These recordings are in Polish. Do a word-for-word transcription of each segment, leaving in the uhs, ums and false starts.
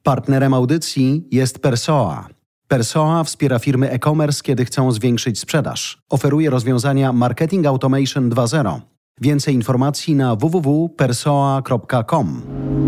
Partnerem audycji jest Persoa. Persoa wspiera firmy e-commerce, kiedy chcą zwiększyć sprzedaż. Oferuje rozwiązania Marketing Automation dwa zero. Więcej informacji na w w w kropka persoa kropka com.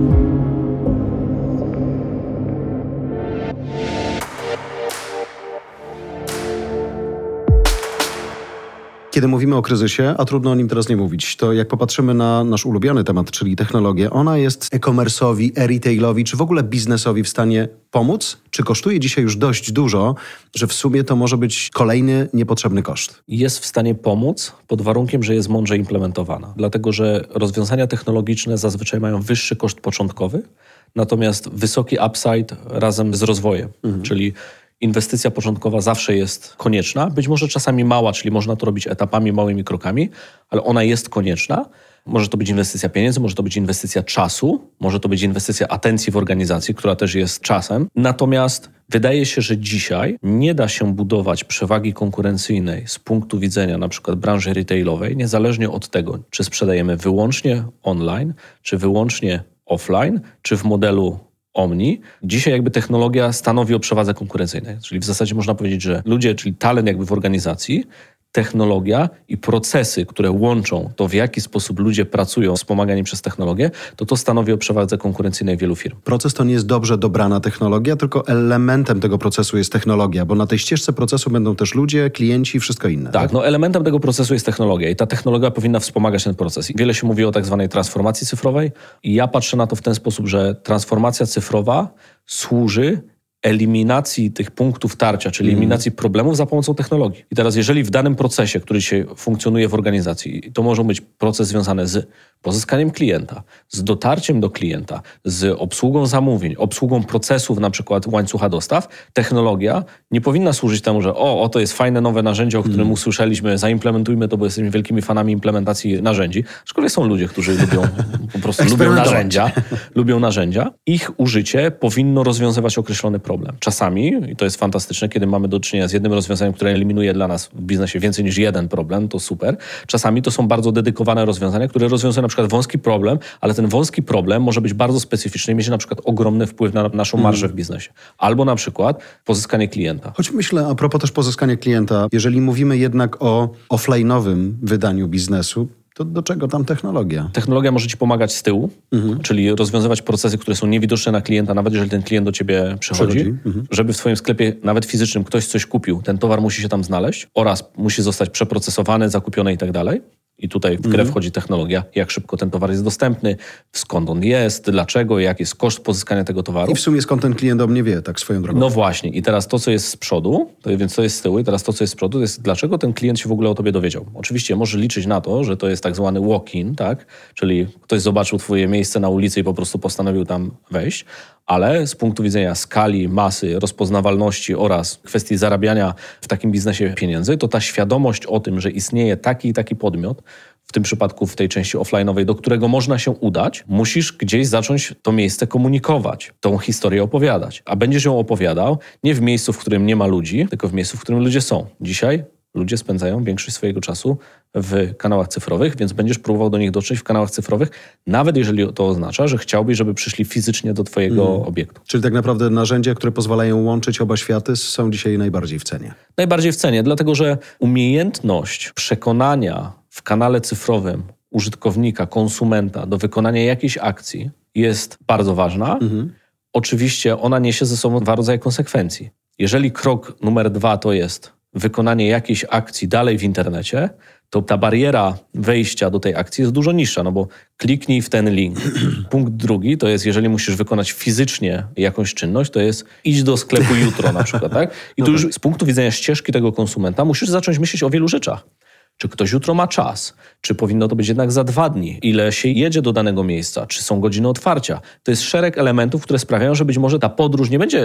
Kiedy mówimy o kryzysie, a trudno o nim teraz nie mówić, to jak popatrzymy na nasz ulubiony temat, czyli technologię, ona jest e-commerce'owi, e-retailowi, czy w ogóle biznesowi w stanie pomóc? Czy kosztuje dzisiaj już dość dużo, że w sumie to może być kolejny niepotrzebny koszt? Jest w stanie pomóc pod warunkiem, że jest mądrze implementowana. Dlatego, że rozwiązania technologiczne zazwyczaj mają wyższy koszt początkowy, natomiast wysoki upside razem z rozwojem, mhm. czyli inwestycja początkowa zawsze jest konieczna, być może czasami mała, czyli można to robić etapami, małymi krokami, ale ona jest konieczna. Może to być inwestycja pieniędzy, może to być inwestycja czasu, może to być inwestycja atencji w organizacji, która też jest czasem. Natomiast wydaje się, że dzisiaj nie da się budować przewagi konkurencyjnej z punktu widzenia na przykład branży retailowej, niezależnie od tego, czy sprzedajemy wyłącznie online, czy wyłącznie offline, czy w modelu Omni. Dzisiaj jakby technologia stanowi o przewadze konkurencyjnej. Czyli w zasadzie można powiedzieć, że ludzie, czyli talent jakby w organizacji, technologia i procesy, które łączą to, w jaki sposób ludzie pracują wspomagani przez technologię, to to stanowi o przewadze konkurencyjnej wielu firm. Proces to nie jest dobrze dobrana technologia, tylko elementem tego procesu jest technologia, bo na tej ścieżce procesu będą też ludzie, klienci i wszystko inne. Tak, tak, no elementem tego procesu jest technologia i ta technologia powinna wspomagać ten proces. I wiele się mówi o tak zwanej transformacji cyfrowej i ja patrzę na to w ten sposób, że transformacja cyfrowa służy eliminacji tych punktów tarcia, czyli eliminacji mm. problemów za pomocą technologii. I teraz jeżeli w danym procesie, który dzisiaj funkcjonuje w organizacji, to może być proces związany z pozyskaniem klienta, z dotarciem do klienta, z obsługą zamówień, obsługą procesów, na przykład łańcucha dostaw, technologia nie powinna służyć temu, że o, oto jest fajne nowe narzędzie, o którym mm. usłyszeliśmy, zaimplementujmy to, bo jesteśmy wielkimi fanami implementacji narzędzi. Aczkolwiek są ludzie, którzy lubią po prostu lubią narzędzia, lubią narzędzia. Ich użycie powinno rozwiązywać określony problem. Problem. Czasami, i to jest fantastyczne, kiedy mamy do czynienia z jednym rozwiązaniem, które eliminuje dla nas w biznesie więcej niż jeden problem, to super. Czasami to są bardzo dedykowane rozwiązania, które rozwiązują na przykład wąski problem, ale ten wąski problem może być bardzo specyficzny i mieć na przykład ogromny wpływ na naszą marżę w biznesie. Albo na przykład pozyskanie klienta. Choć myślę, a propos też pozyskania klienta, jeżeli mówimy jednak o offline'owym wydaniu biznesu, to do czego tam technologia? Technologia może ci pomagać z tyłu, mhm. czyli rozwiązywać procesy, które są niewidoczne na klienta, nawet jeżeli ten klient do ciebie przychodzi, przychodzi. Mhm. żeby w twoim sklepie, nawet fizycznym, ktoś coś kupił, ten towar musi się tam znaleźć oraz musi zostać przeprocesowany, zakupiony i tak dalej. I tutaj w grę mhm. wchodzi technologia, jak szybko ten towar jest dostępny, skąd on jest, dlaczego, jaki jest koszt pozyskania tego towaru. I w sumie skąd ten klient o mnie wie, tak swoją drogą. No właśnie. I teraz to, co jest z przodu, to, więc to jest z tyłu, i teraz to, co jest z przodu, to jest dlaczego ten klient się w ogóle o tobie dowiedział. Oczywiście może liczyć na to, że to jest tak zwany walk-in, tak? Czyli ktoś zobaczył twoje miejsce na ulicy i po prostu postanowił tam wejść, ale z punktu widzenia skali, masy, rozpoznawalności oraz kwestii zarabiania w takim biznesie pieniędzy, to ta świadomość o tym, że istnieje taki i taki podmiot, w tym przypadku w tej części offline'owej, do którego można się udać, musisz gdzieś zacząć to miejsce komunikować, tą historię opowiadać. A będziesz ją opowiadał nie w miejscu, w którym nie ma ludzi, tylko w miejscu, w którym ludzie są. Dzisiaj ludzie spędzają większość swojego czasu w kanałach cyfrowych, więc będziesz próbował do nich dotrzeć w kanałach cyfrowych, nawet jeżeli to oznacza, że chciałbyś, żeby przyszli fizycznie do twojego hmm. obiektu. Czyli tak naprawdę narzędzia, które pozwalają łączyć oba światy, są dzisiaj najbardziej w cenie. Najbardziej w cenie, dlatego że umiejętność przekonania w kanale cyfrowym użytkownika, konsumenta do wykonania jakiejś akcji jest bardzo ważna. Mhm. Oczywiście ona niesie ze sobą dwa rodzaje konsekwencji. Jeżeli krok numer dwa to jest wykonanie jakiejś akcji dalej w internecie, to ta bariera wejścia do tej akcji jest dużo niższa, no bo kliknij w ten link. Punkt drugi to jest, jeżeli musisz wykonać fizycznie jakąś czynność, to jest idź do sklepu jutro na przykład, tak? I tu już z punktu widzenia ścieżki tego konsumenta musisz zacząć myśleć o wielu rzeczach. Czy ktoś jutro ma czas? Czy powinno to być jednak za dwa dni? Ile się jedzie do danego miejsca? Czy są godziny otwarcia? To jest szereg elementów, które sprawiają, że być może ta podróż nie będzie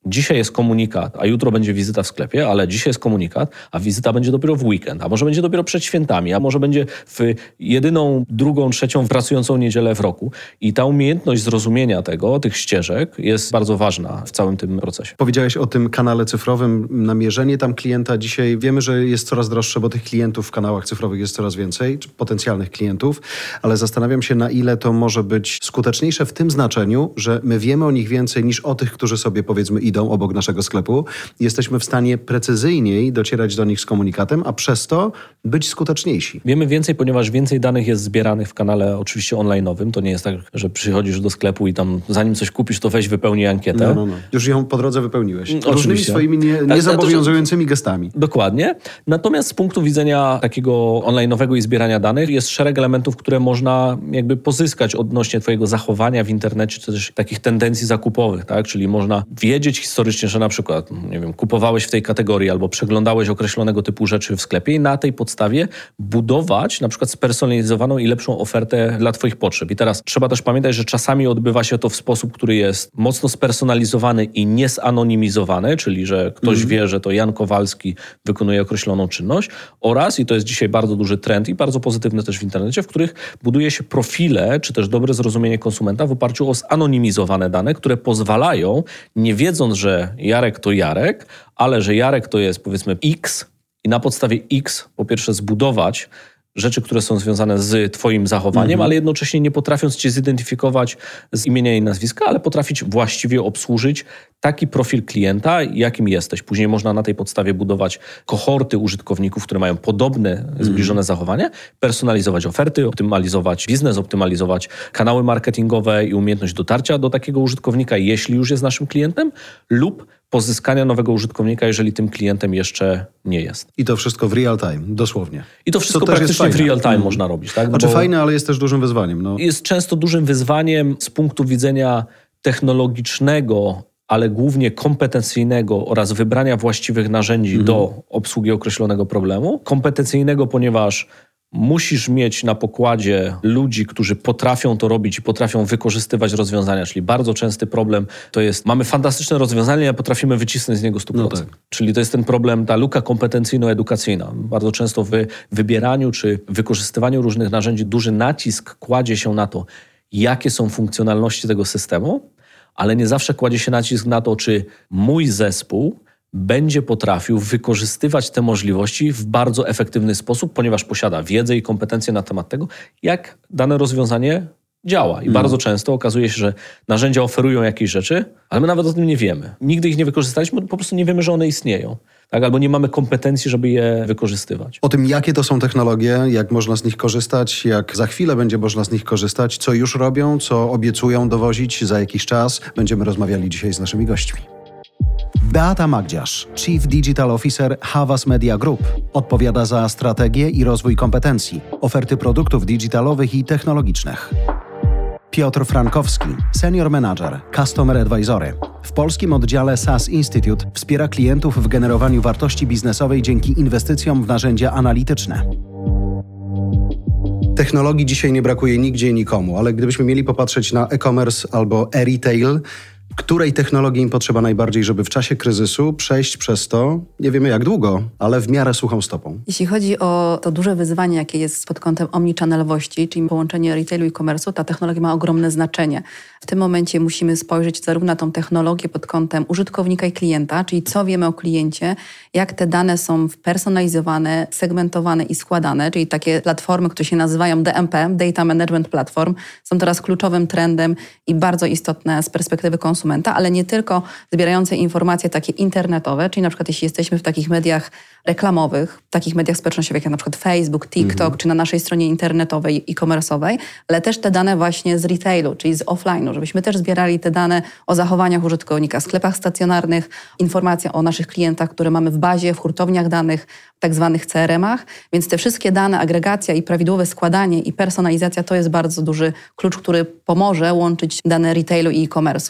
dzisiaj jest komunikat, a jutro będzie wizyta w sklepie, ale dzisiaj jest komunikat, a wizyta będzie dopiero w weekend, a może będzie dopiero przed świętami, a może będzie w jedyną, drugą, trzecią pracującą niedzielę w roku. I ta umiejętność zrozumienia tego, tych ścieżek jest bardzo ważna w całym tym procesie. Powiedziałeś o tym kanale cyfrowym, namierzenie tam klienta. Dzisiaj wiemy, że jest coraz droższe, bo tych klientów w kanałach cyfrowych jest coraz więcej, czy potencjalnych klientów, ale zastanawiam się, na ile to może być skuteczniejsze w tym znaczeniu, że my wiemy o nich więcej niż o tych, którzy sobie powiedzmy idą obok naszego sklepu. Jesteśmy w stanie precyzyjniej docierać do nich z komunikatem, a przez to być skuteczniejsi. Wiemy więcej, ponieważ więcej danych jest zbieranych w kanale oczywiście online'owym. To nie jest tak, że przychodzisz do sklepu i tam zanim coś kupisz, to weź wypełnij ankietę. No, no, no. Już ją po drodze wypełniłeś. Oczywiście. Różnymi swoimi nie, niezobowiązującymi gestami. Dokładnie. Natomiast z punktu widzenia takiego online'owego i zbierania danych jest szereg elementów, które można jakby pozyskać odnośnie twojego zachowania w internecie, czy też takich tendencji zakupowych, tak? Czyli można wiedzieć historycznie, że na przykład, nie wiem, kupowałeś w tej kategorii albo przeglądałeś określonego typu rzeczy w sklepie i na tej podstawie budować na przykład spersonalizowaną i lepszą ofertę dla twoich potrzeb. I teraz trzeba też pamiętać, że czasami odbywa się to w sposób, który jest mocno spersonalizowany i niesanonimizowany, czyli że ktoś mm. wie, że to Jan Kowalski wykonuje określoną czynność oraz, i to jest dzisiaj bardzo duży trend i bardzo pozytywny też w internecie, w których buduje się profile, czy też dobre zrozumienie konsumenta w oparciu o zanonimizowane dane, które pozwalają, nie wiedząc, że Jarek to Jarek, ale że Jarek to jest powiedzmy X i na podstawie X po pierwsze zbudować rzeczy, które są związane z twoim zachowaniem, mhm. ale jednocześnie nie potrafiąc cię zidentyfikować z imienia i nazwiska, ale potrafić właściwie obsłużyć taki profil klienta, jakim jesteś. Później można na tej podstawie budować kohorty użytkowników, które mają podobne, zbliżone mhm. zachowania, personalizować oferty, optymalizować biznes, optymalizować kanały marketingowe i umiejętność dotarcia do takiego użytkownika, jeśli już jest naszym klientem, lub pozyskania nowego użytkownika, jeżeli tym klientem jeszcze nie jest. I to wszystko w real time, dosłownie. I to wszystko to praktycznie w real time mm. można robić. Tak? Znaczy Bo fajne, ale jest też dużym wyzwaniem. No. Jest często dużym wyzwaniem z punktu widzenia technologicznego, ale głównie kompetencyjnego oraz wybrania właściwych narzędzi mm. do obsługi określonego problemu. Kompetencyjnego, ponieważ musisz mieć na pokładzie ludzi, którzy potrafią to robić i potrafią wykorzystywać rozwiązania, czyli bardzo częsty problem to jest, mamy fantastyczne rozwiązanie, a potrafimy wycisnąć z niego sto procent. No tak. Czyli to jest ten problem, ta luka kompetencyjno-edukacyjna. Bardzo często w wybieraniu czy wykorzystywaniu różnych narzędzi duży nacisk kładzie się na to, jakie są funkcjonalności tego systemu, ale nie zawsze kładzie się nacisk na to, czy mój zespół będzie potrafił wykorzystywać te możliwości w bardzo efektywny sposób, ponieważ posiada wiedzę i kompetencje na temat tego, jak dane rozwiązanie działa. I mm. bardzo często okazuje się, że narzędzia oferują jakieś rzeczy, ale my nawet o tym nie wiemy. Nigdy ich nie wykorzystaliśmy, po prostu nie wiemy, że one istnieją. Tak? Albo nie mamy kompetencji, żeby je wykorzystywać. O tym, jakie to są technologie, jak można z nich korzystać, jak za chwilę będzie można z nich korzystać, co już robią, co obiecują dowozić za jakiś czas, będziemy rozmawiali dzisiaj z naszymi gośćmi. Beata Magdziarz, Chief Digital Officer Havas Media Group, odpowiada za strategię i rozwój kompetencji, oferty produktów digitalowych i technologicznych. Piotr Frankowski, Senior Manager, Customer Advisory. W polskim oddziale S A S Institute wspiera klientów w generowaniu wartości biznesowej dzięki inwestycjom w narzędzia analityczne. Technologii dzisiaj nie brakuje nigdzie i nikomu, ale gdybyśmy mieli popatrzeć na e-commerce albo e-retail, której technologii im potrzeba najbardziej, żeby w czasie kryzysu przejść przez to, nie wiemy jak długo, ale w miarę suchą stopą? Jeśli chodzi o to duże wyzwanie, jakie jest pod kątem omnichannelwości, czyli połączenie retailu i e-commerce'u, ta technologia ma ogromne znaczenie. W tym momencie musimy spojrzeć zarówno na tą technologię pod kątem użytkownika i klienta, czyli co wiemy o kliencie, jak te dane są personalizowane, segmentowane i składane, czyli takie platformy, które się nazywają D M P, Data Management Platform, są teraz kluczowym trendem i bardzo istotne z perspektywy konsumenta, ale nie tylko zbierające informacje takie internetowe, czyli na przykład jeśli jesteśmy w takich mediach reklamowych, takich mediach społecznościowych jak na przykład Facebook, TikTok, mhm. czy na naszej stronie internetowej, e-commerce'owej, ale też te dane właśnie z retailu, czyli z offline'u, żebyśmy też zbierali te dane o zachowaniach użytkownika, sklepach stacjonarnych, informacje o naszych klientach, które mamy w bazie, w hurtowniach danych, w tak zwanych C R M-ach, więc te wszystkie dane, agregacja i prawidłowe składanie i personalizacja to jest bardzo duży klucz, który pomoże łączyć dane retailu i e-commerce'u, więc to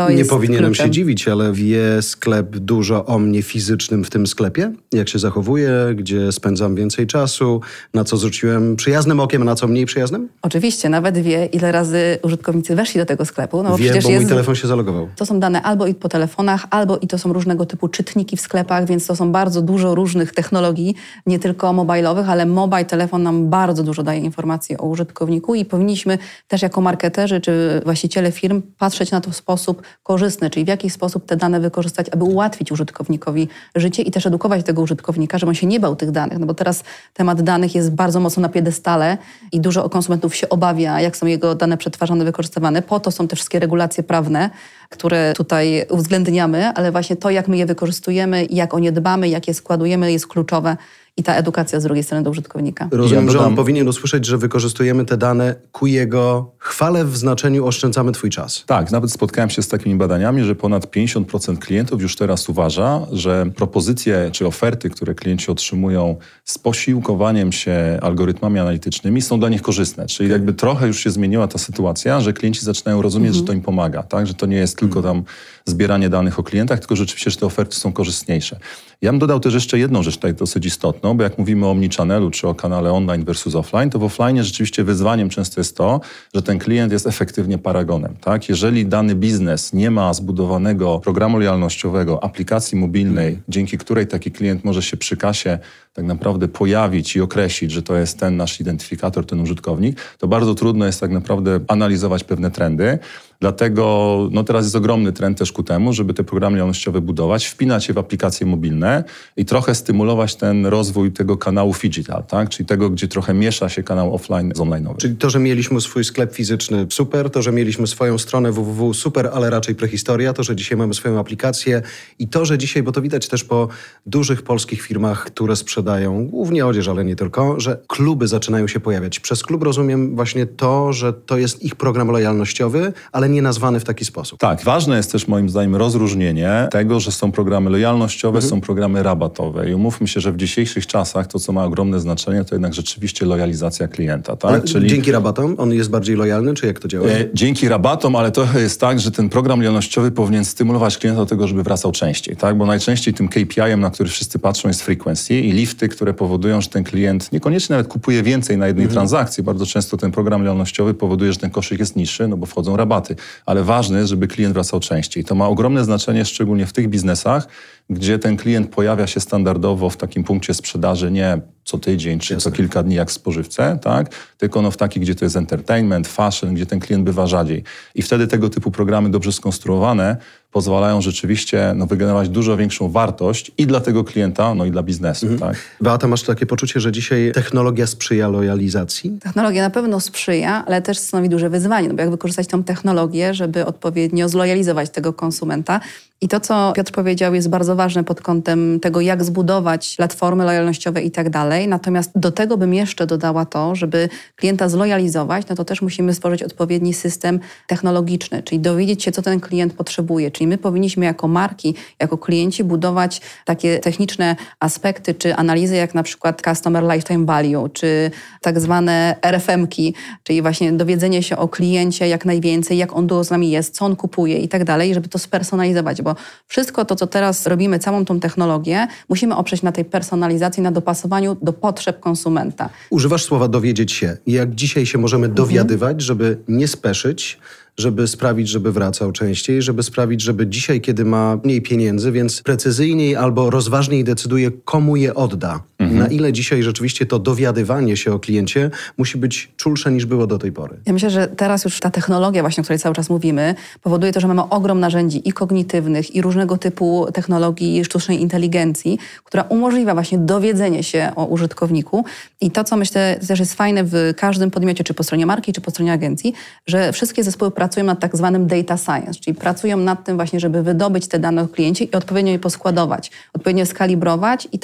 To Nie jest powinienem kluczem. się dziwić, ale wie sklep dużo o mnie fizycznym w tym sklepie? Jak się zachowuję, gdzie spędzam więcej czasu, na co zwróciłem przyjaznym okiem, a na co mniej przyjaznym? Oczywiście, nawet wie, ile razy użytkownicy weszli do tego sklepu. No bo Wiem, przecież bo mój jest... telefon się zalogował. To są dane albo i po telefonach, albo i to są różnego typu czytniki w sklepach, więc to są bardzo dużo różnych technologii, nie tylko mobilowych, ale mobile telefon nam bardzo dużo daje informacji o użytkowniku i powinniśmy też jako marketerzy czy właściciele firm patrzeć na to w sposób korzystny, czyli w jaki sposób te dane wykorzystać, aby ułatwić użytkownikowi życie i też edukować tego użytkownika, żeby on się nie bał tych danych, no bo teraz temat danych jest bardzo mocno na piedestale i dużo konsumentów się obawia, jak są jego dane przetwarzane, wykorzystywane. Po to są te wszystkie regulacje prawne, które tutaj uwzględniamy, ale właśnie to, jak my je wykorzystujemy, jak o nie dbamy, jak je składujemy, jest kluczowe i ta edukacja z drugiej strony do użytkownika. Rozumiem, Ja że on dodam- powinien usłyszeć, że wykorzystujemy te dane ku jego chwale w znaczeniu oszczędzamy twój czas. Tak, nawet spotkałem się z takimi badaniami, że ponad pięćdziesiąt procent klientów już teraz uważa, że propozycje czy oferty, które klienci otrzymują z posiłkowaniem się algorytmami analitycznymi są dla nich korzystne. Czyli jakby trochę już się zmieniła ta sytuacja, że klienci zaczynają rozumieć, Mhm. że to im pomaga, tak? Że to nie jest tylko tam zbieranie danych o klientach, tylko rzeczywiście, że te oferty są korzystniejsze. Ja bym dodał też jeszcze jedną rzecz tutaj dosyć istotną, bo jak mówimy o omnichannelu czy o kanale online versus offline, to w offline rzeczywiście wyzwaniem często jest to, że ten klient jest efektywnie paragonem. Tak? Jeżeli dany biznes nie ma zbudowanego programu lojalnościowego, aplikacji mobilnej, mm. dzięki której taki klient może się przy kasie tak naprawdę pojawić i określić, że to jest ten nasz identyfikator, ten użytkownik, to bardzo trudno jest tak naprawdę analizować pewne trendy. Dlatego no teraz jest ogromny trend też ku temu, żeby te programy lojalnościowe budować, wpinać je w aplikacje mobilne i trochę stymulować ten rozwój tego kanału phygital, tak? Czyli tego, gdzie trochę miesza się kanał offline z online'owym. Czyli to, że mieliśmy swój sklep fizyczny, super, to, że mieliśmy swoją stronę www, super, ale raczej prehistoria, to, że dzisiaj mamy swoją aplikację i to, że dzisiaj, bo to widać też po dużych polskich firmach, które sprzedają głównie odzież, ale nie tylko, że kluby zaczynają się pojawiać. Przez klub rozumiem właśnie to, że to jest ich program lojalnościowy, ale nie nazwany w taki sposób. Tak, ważne jest też moim zdaniem rozróżnienie tego, że są programy lojalnościowe, Mhm. są programy rabatowe i umówmy się, że w dzisiejszych czasach to, co ma ogromne znaczenie, to jednak rzeczywiście lojalizacja klienta, tak? Ale dzięki rabatom on jest bardziej lojalny, czy jak to działa? E, Dzięki rabatom, ale trochę jest tak, że ten program lojalnościowy powinien stymulować klienta do tego, żeby wracał częściej, tak? Bo najczęściej tym K P I-em, na który wszyscy patrzą, jest frequency i lifty, które powodują, że ten klient niekoniecznie nawet kupuje więcej na jednej Mhm. transakcji. Bardzo często ten program lojalnościowy powoduje, że ten koszyk jest niższy, no bo wchodzą rabaty. Ale ważne jest, żeby klient wracał częściej. To ma ogromne znaczenie, szczególnie w tych biznesach, gdzie ten klient pojawia się standardowo w takim punkcie sprzedaży nie co tydzień czy Jasne. co kilka dni jak w spożywce, tak? Tylko no w taki, gdzie to jest entertainment, fashion, gdzie ten klient bywa rzadziej. I wtedy tego typu programy dobrze skonstruowane pozwalają rzeczywiście no, wygenerować dużo większą wartość i dla tego klienta, no i dla biznesu. Mhm. Tak? Beata, masz takie poczucie, że dzisiaj technologia sprzyja lojalizacji? Technologia na pewno sprzyja, ale też stanowi duże wyzwanie, no bo jak wykorzystać tą technologię, żeby odpowiednio zlojalizować tego konsumenta. I to, co Piotr powiedział, jest bardzo ważne pod kątem tego, jak zbudować platformy lojalnościowe i tak dalej. Natomiast do tego bym jeszcze dodała to, żeby klienta zlojalizować, no to też musimy stworzyć odpowiedni system technologiczny, czyli dowiedzieć się, co ten klient potrzebuje. Czyli my powinniśmy jako marki, jako klienci budować takie techniczne aspekty, czy analizy, jak na przykład Customer Lifetime Value, czy tak zwane R F M-ki, czyli właśnie dowiedzenie się o kliencie jak najwięcej, jak on długo z nami jest, co on kupuje i tak dalej, żeby to spersonalizować, bo wszystko to, co teraz robimy, całą tą technologię, musimy oprzeć na tej personalizacji, na dopasowaniu do potrzeb konsumenta. Używasz słowa dowiedzieć się. Jak dzisiaj się możemy dowiadywać, żeby nie speszyć, żeby sprawić, żeby wracał częściej, żeby sprawić, żeby dzisiaj, kiedy ma mniej pieniędzy, więc precyzyjniej albo rozważniej decyduje, komu je odda. Mhm. Na ile dzisiaj rzeczywiście to dowiadywanie się o kliencie musi być czulsze niż było do tej pory. Ja myślę, że teraz już ta technologia, właśnie o której cały czas mówimy, powoduje to, że mamy ogrom narzędzi i kognitywnych, i różnego typu technologii sztucznej inteligencji, która umożliwia właśnie dowiedzenie się o użytkowniku. I to, co myślę też jest fajne w każdym podmiocie, czy po stronie marki, czy po stronie agencji, że wszystkie zespoły pracują nad tak zwanym data science, czyli pracują nad tym właśnie, żeby wydobyć te dane o kliencie i odpowiednio je poskładować, odpowiednio skalibrować i też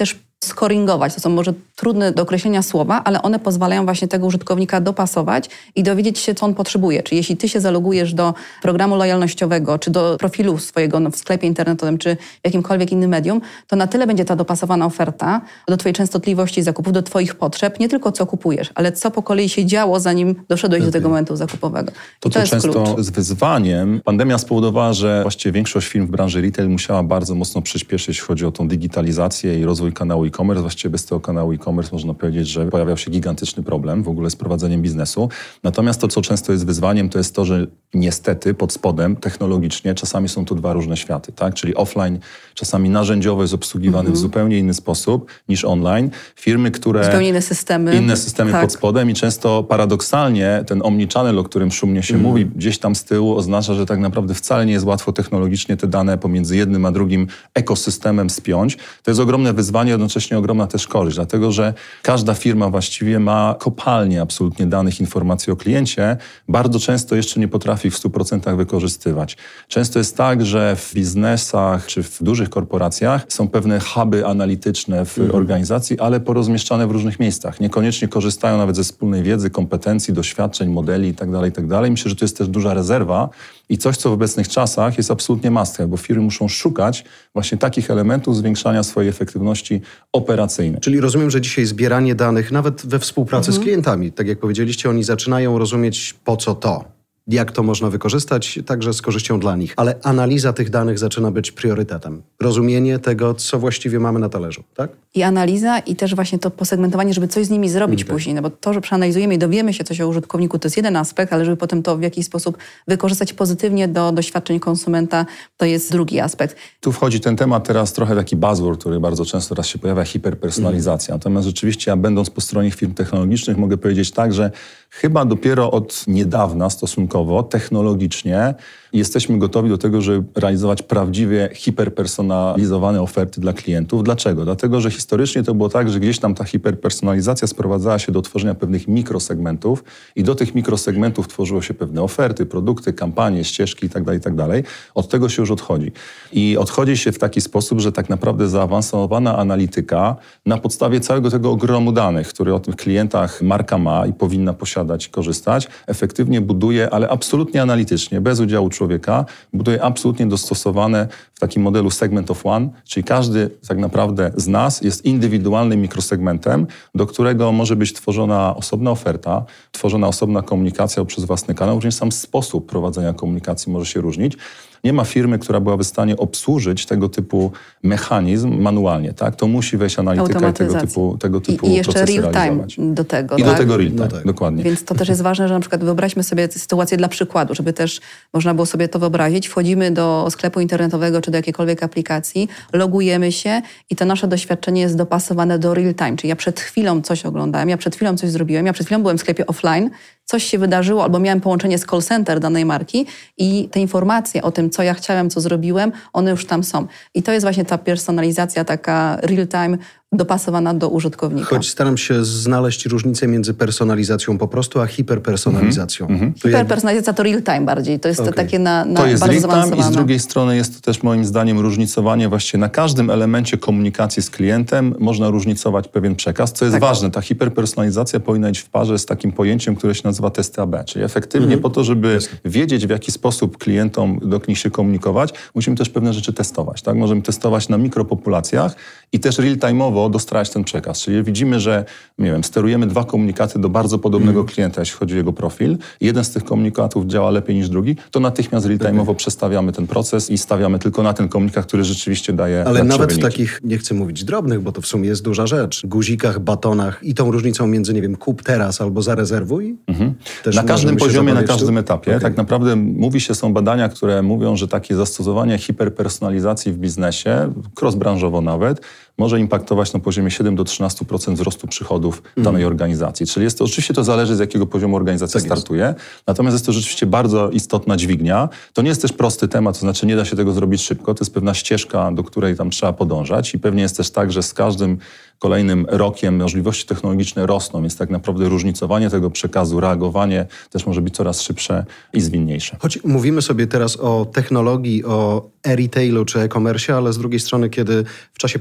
scoringować. To są może trudne do określenia słowa, ale one pozwalają właśnie tego użytkownika dopasować i dowiedzieć się, co on potrzebuje. Czy jeśli ty się zalogujesz do programu lojalnościowego, czy do profilu swojego w sklepie internetowym, czy jakimkolwiek innym medium, to na tyle będzie ta dopasowana oferta do twojej częstotliwości zakupów, do twoich potrzeb, nie tylko co kupujesz, ale co po kolei się działo, zanim doszedłeś okay. do tego momentu zakupowego. To, to co jest często klucz. z wyzwaniem, pandemia spowodowała, że właściwie większość firm w branży retail musiała bardzo mocno przyspieszyć, jeśli chodzi o tą digitalizację i rozwój kanału e-commerce. Właściwie bez tego kanału e-commerce można powiedzieć, że pojawiał się gigantyczny problem w ogóle z prowadzeniem biznesu. Natomiast to, co często jest wyzwaniem, to jest to, że niestety pod spodem technologicznie czasami są to dwa różne światy, tak? Czyli offline czasami narzędziowo jest obsługiwany mm-hmm. w zupełnie inny sposób niż online. Firmy, które... Zupełnie inne systemy. Inne systemy tak. pod spodem i często paradoksalnie ten omnichannel, o którym szumnie się mm. mówi, gdzieś tam z tyłu oznacza, że tak naprawdę wcale nie jest łatwo technologicznie te dane pomiędzy jednym a drugim ekosystemem spiąć. To jest ogromne wyzwanie, jednocześnie ogromna też korzyść, dlatego że każda firma właściwie ma kopalnię absolutnie danych, informacji o kliencie, bardzo często jeszcze nie potrafi w stu procentach wykorzystywać. Często jest tak, że w biznesach czy w dużych korporacjach są pewne huby analityczne w mm. organizacji, ale porozmieszczane w różnych miejscach. Niekoniecznie korzystają nawet ze wspólnej wiedzy, kompetencji, doświadczeń, modeli itd., itd. Myślę, że to jest też duża rezerwa i coś, co w obecnych czasach jest absolutnie must have, bo firmy muszą szukać właśnie takich elementów zwiększania swojej efektywności operacyjnej. Czyli rozumiem, że dzisiaj zbieranie danych, nawet we współpracy mhm. z klientami, tak jak powiedzieliście, oni zaczynają rozumieć, po co to, jak to można wykorzystać, także z korzyścią dla nich. Ale analiza tych danych zaczyna być priorytetem. Rozumienie tego, co właściwie mamy na talerzu, tak? I analiza, i też właśnie to posegmentowanie, żeby coś z nimi zrobić okay. później. No bo to, że przeanalizujemy i dowiemy się coś o użytkowniku, to jest jeden aspekt, ale żeby potem to w jakiś sposób wykorzystać pozytywnie do doświadczeń konsumenta, to jest drugi aspekt. Tu wchodzi ten temat teraz trochę taki buzzword, który bardzo często teraz się pojawia, hiperpersonalizacja. Mm. Natomiast rzeczywiście ja będąc po stronie firm technologicznych mogę powiedzieć tak, że chyba dopiero od niedawna stosunkowo, technologicznie jesteśmy gotowi do tego, żeby realizować prawdziwie hiperpersonalizowane oferty dla klientów. Dlaczego? Dlatego, że historycznie to było tak, że gdzieś tam ta hiperpersonalizacja sprowadzała się do tworzenia pewnych mikrosegmentów i do tych mikrosegmentów tworzyło się pewne oferty, produkty, kampanie, ścieżki itd., itd. Od tego się już odchodzi. I odchodzi się w taki sposób, że tak naprawdę zaawansowana analityka na podstawie całego tego ogromu danych, które o tych klientach marka ma i powinna posiadać i korzystać, efektywnie buduje, ale absolutnie analitycznie, bez udziału człowieka, buduje absolutnie dostosowane w takim modelu segment of one, czyli każdy tak naprawdę z nas jest indywidualnym mikrosegmentem, do którego może być tworzona osobna oferta, tworzona osobna komunikacja przez własny kanał, również sam sposób prowadzenia komunikacji może się różnić. Nie ma firmy, która byłaby w stanie obsłużyć tego typu mechanizm manualnie, tak? To musi wejść analityka i tego typu, tego typu I, i jeszcze procesy real time realizować. do tego. I tak? do tego real time, no tak. dokładnie. Więc to też jest ważne, że na przykład wyobraźmy sobie sytuację dla przykładu, żeby też można było sobie to wyobrazić. Wchodzimy do sklepu internetowego czy do jakiejkolwiek aplikacji, logujemy się i to nasze doświadczenie jest dopasowane do real time. Czyli ja przed chwilą coś oglądałem, ja przed chwilą coś zrobiłem, ja przed chwilą byłem w sklepie offline, coś się wydarzyło, albo miałem połączenie z call center danej marki i te informacje o tym, co ja chciałem, co zrobiłem, one już tam są. I to jest właśnie ta personalizacja taka real time, dopasowana do użytkownika. Choć staram się znaleźć różnicę między personalizacją po prostu, a hiperpersonalizacją. Mm-hmm. Hiperpersonalizacja to real time bardziej. To jest okay. to takie na, na To jest bardzo real time zaawansowane. I z drugiej strony jest to też moim zdaniem różnicowanie właściwie na każdym elemencie komunikacji z klientem można różnicować pewien przekaz, co jest tak. ważne. Ta hiperpersonalizacja powinna iść w parze z takim pojęciem, które się nazywa testy A B, czyli efektywnie mm-hmm. po to, żeby Jasne. wiedzieć, w jaki sposób klientom do nich się komunikować, musimy też pewne rzeczy testować. Tak? Możemy testować na mikropopulacjach i też real-time'owo dostrajać ten przekaz. Czyli widzimy, że nie wiem, sterujemy dwa komunikaty do bardzo podobnego mm. klienta, jeśli chodzi o jego profil. Jeden z tych komunikatów działa lepiej niż drugi, to natychmiast real-time'owo okay. przestawiamy ten proces i stawiamy tylko na ten komunikat, który rzeczywiście daje Ale nawet wyniki. w takich, nie chcę mówić drobnych, bo to w sumie jest duża rzecz, guzikach, batonach i tą różnicą między, nie wiem, kup teraz albo zarezerwuj. Mm-hmm. Na każdym poziomie, na każdym tu? etapie. Okay. Tak naprawdę mówi się, są badania, które mówią, że takie zastosowanie hiperpersonalizacji w biznesie, cross-branżowo nawet, może impaktować na poziomie siedem do trzynastu procent wzrostu przychodów mm. danej organizacji. Czyli jest to, oczywiście to zależy, z jakiego poziomu organizacja tak startuje, jest. Natomiast jest to rzeczywiście bardzo istotna dźwignia. To nie jest też prosty temat, to znaczy nie da się tego zrobić szybko, to jest pewna ścieżka, do której tam trzeba podążać i pewnie jest też tak, że z każdym kolejnym rokiem możliwości technologiczne rosną, więc tak naprawdę różnicowanie tego przekazu, reagowanie też może być coraz szybsze i zwinniejsze. Choć mówimy sobie teraz o technologii, o e-retailu czy e-commerce, ale z drugiej strony, kiedy w czasie pandemii to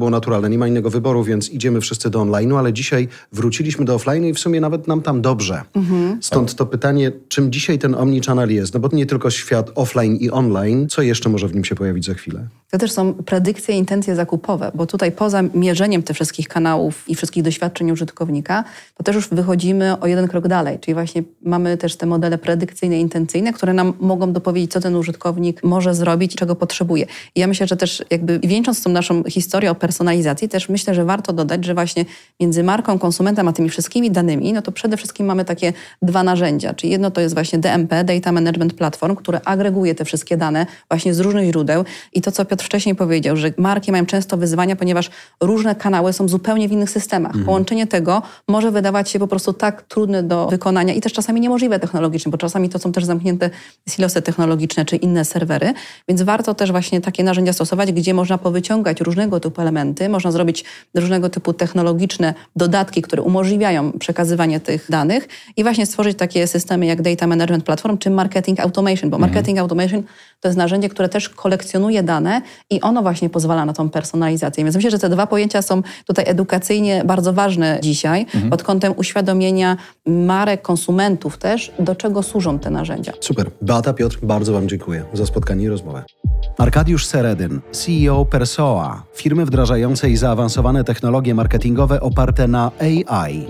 było naturalne, nie ma innego wyboru, więc idziemy wszyscy do online'u, ale dzisiaj wróciliśmy do offline'u i w sumie nawet nam tam dobrze. Mhm. Stąd to pytanie, czym dzisiaj ten omnichannel jest? No bo nie tylko świat offline i online, co jeszcze może w nim się pojawić za chwilę? To też są predykcje i intencje zakupowe, bo tutaj poza mierzeniem tych wszystkich kanałów i wszystkich doświadczeń użytkownika, to też już wychodzimy o jeden krok dalej, czyli właśnie mamy też te modele predykcyjne i intencyjne, które nam mogą dopowiedzieć, co ten użytkownik może zrobić, czego potrzebuje. I ja myślę, że też jakby wieńcząc tą naszą historię o personalizacji, też myślę, że warto dodać, że właśnie między marką, konsumentem, a tymi wszystkimi danymi, no to przede wszystkim mamy takie dwa narzędzia, czyli jedno to jest właśnie D M P, Data Management Platform, które agreguje te wszystkie dane właśnie z różnych źródeł i to, co Piotr wcześniej powiedział, że marki mają często wyzwania, ponieważ różne kanały są zupełnie w innych systemach. Mhm. Połączenie tego może wydawać się po prostu tak trudne do wykonania i też czasami niemożliwe technologicznie, bo czasami to są też zamknięte silosy technologiczne czy inne serwery, więc warto też właśnie takie narzędzia stosować, gdzie można powyciągać różnego typu elementy, można zrobić różnego typu technologiczne dodatki, które umożliwiają przekazywanie tych danych i właśnie stworzyć takie systemy jak Data Management Platform czy Marketing Automation, bo Marketing mhm. Automation to jest narzędzie, które też kolekcjonuje dane i ono właśnie pozwala na tą personalizację. Więc myślę, że te dwa pojęcia są tutaj edukacyjnie bardzo ważne dzisiaj mhm. pod kątem uświadomienia marek, konsumentów też, do czego służą te narzędzia. Super. Beata, Piotr, bardzo Wam dziękuję za spotkanie i rozmowę. Arkadiusz Seredyn, C E O Persoa, firmy wdrażającej zaawansowane technologie marketingowe oparte na A I.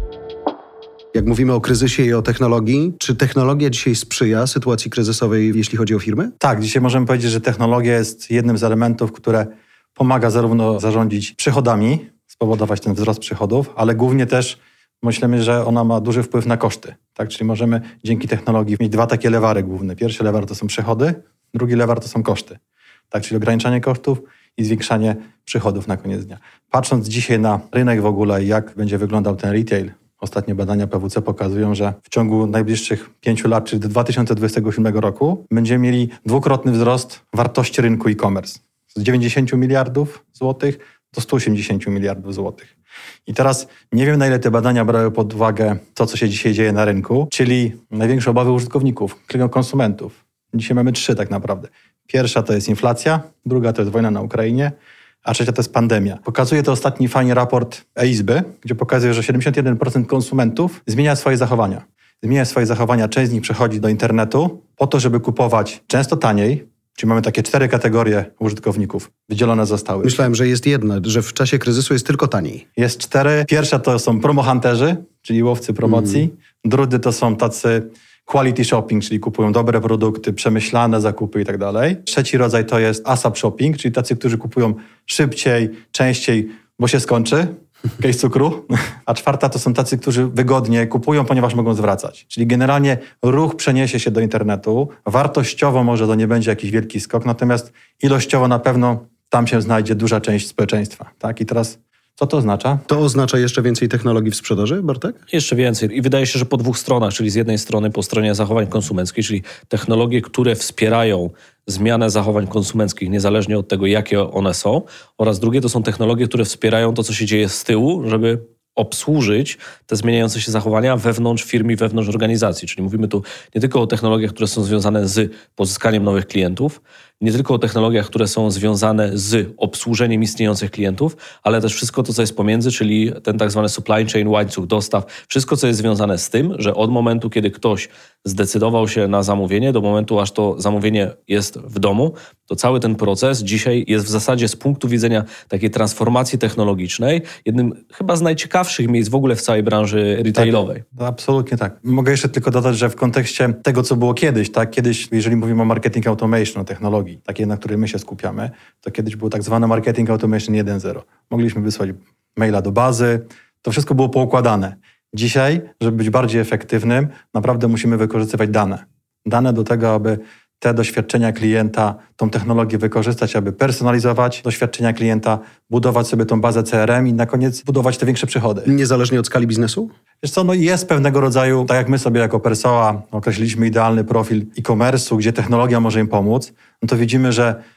Jak mówimy o kryzysie i o technologii, czy technologia dzisiaj sprzyja sytuacji kryzysowej, jeśli chodzi o firmy? Tak, dzisiaj możemy powiedzieć, że technologia jest jednym z elementów, które pomaga zarówno zarządzić przychodami, spowodować ten wzrost przychodów, ale głównie też myślimy, że ona ma duży wpływ na koszty. Tak? Czyli możemy dzięki technologii mieć dwa takie lewary główne. Pierwszy lewar to są przychody, drugi lewar to są koszty. Tak? Czyli ograniczanie kosztów i zwiększanie przychodów na koniec dnia. Patrząc dzisiaj na rynek w ogóle i jak będzie wyglądał ten retail, ostatnie badania P W C pokazują, że w ciągu najbliższych pięciu lat, czyli do dwa tysiące dwudziestego siódmego roku, będziemy mieli dwukrotny wzrost wartości rynku e-commerce. Z dziewięćdziesięciu miliardów złotych do stu osiemdziesięciu miliardów złotych. I teraz nie wiem, na ile te badania brały pod uwagę to, co się dzisiaj dzieje na rynku, czyli największe obawy użytkowników, konsumentów. Dzisiaj mamy trzy tak naprawdę. Pierwsza to jest inflacja, druga to jest wojna na Ukrainie, a trzecia to jest pandemia. Pokazuje to ostatni fajny raport E-Izby, gdzie pokazuje, że siedemdziesiąt jeden procent konsumentów zmienia swoje zachowania. Zmienia swoje zachowania, część z nich przechodzi do internetu po to, żeby kupować często taniej, czyli mamy takie cztery kategorie użytkowników, wydzielone zostały. Myślałem, że jest jedna, że w czasie kryzysu jest tylko taniej. Jest cztery. Pierwsza to są promohunterzy, czyli łowcy promocji. Mm. Drugi to są tacy quality shopping, czyli kupują dobre produkty, przemyślane zakupy i tak dalej. Trzeci rodzaj to jest ASAP shopping, czyli tacy, którzy kupują szybciej, częściej, bo się skończy. Case cukru. A czwarta to są tacy, którzy wygodnie kupują, ponieważ mogą zwracać. Czyli generalnie ruch przeniesie się do internetu. Wartościowo może to nie będzie jakiś wielki skok, natomiast ilościowo na pewno tam się znajdzie duża część społeczeństwa. Tak? I teraz co to oznacza? To oznacza jeszcze więcej technologii w sprzedaży, Bartek? Jeszcze więcej. I wydaje się, że po dwóch stronach, czyli z jednej strony po stronie zachowań konsumenckich, czyli technologie, które wspierają zmianę zachowań konsumenckich, niezależnie od tego, jakie one są, oraz drugie to są technologie, które wspierają to, co się dzieje z tyłu, żeby obsłużyć te zmieniające się zachowania wewnątrz firmy i wewnątrz organizacji. Czyli mówimy tu nie tylko o technologiach, które są związane z pozyskaniem nowych klientów, nie tylko o technologiach, które są związane z obsłużeniem istniejących klientów, ale też wszystko to, co jest pomiędzy, czyli ten tak zwany supply chain, łańcuch dostaw, wszystko, co jest związane z tym, że od momentu, kiedy ktoś zdecydował się na zamówienie, do momentu, aż to zamówienie jest w domu, to cały ten proces dzisiaj jest w zasadzie z punktu widzenia takiej transformacji technologicznej jednym chyba z najciekawszych miejsc w ogóle w całej branży retailowej. Tak, absolutnie tak. Mogę jeszcze tylko dodać, że w kontekście tego, co było kiedyś, tak, kiedyś, jeżeli mówimy o marketing automation, o technologii, takiej, na której my się skupiamy, to kiedyś był tak zwany marketing automation jeden zero. Mogliśmy wysłać maila do bazy, to wszystko było poukładane. Dzisiaj, żeby być bardziej efektywnym, naprawdę musimy wykorzystywać dane. Dane do tego, aby te doświadczenia klienta, tą technologię wykorzystać, aby personalizować doświadczenia klienta, budować sobie tą bazę C R M i na koniec budować te większe przychody. Niezależnie od skali biznesu? Wiesz co, no jest pewnego rodzaju, tak jak my sobie jako Persoa określiliśmy idealny profil e-commerce'u, gdzie technologia może im pomóc, no to widzimy, że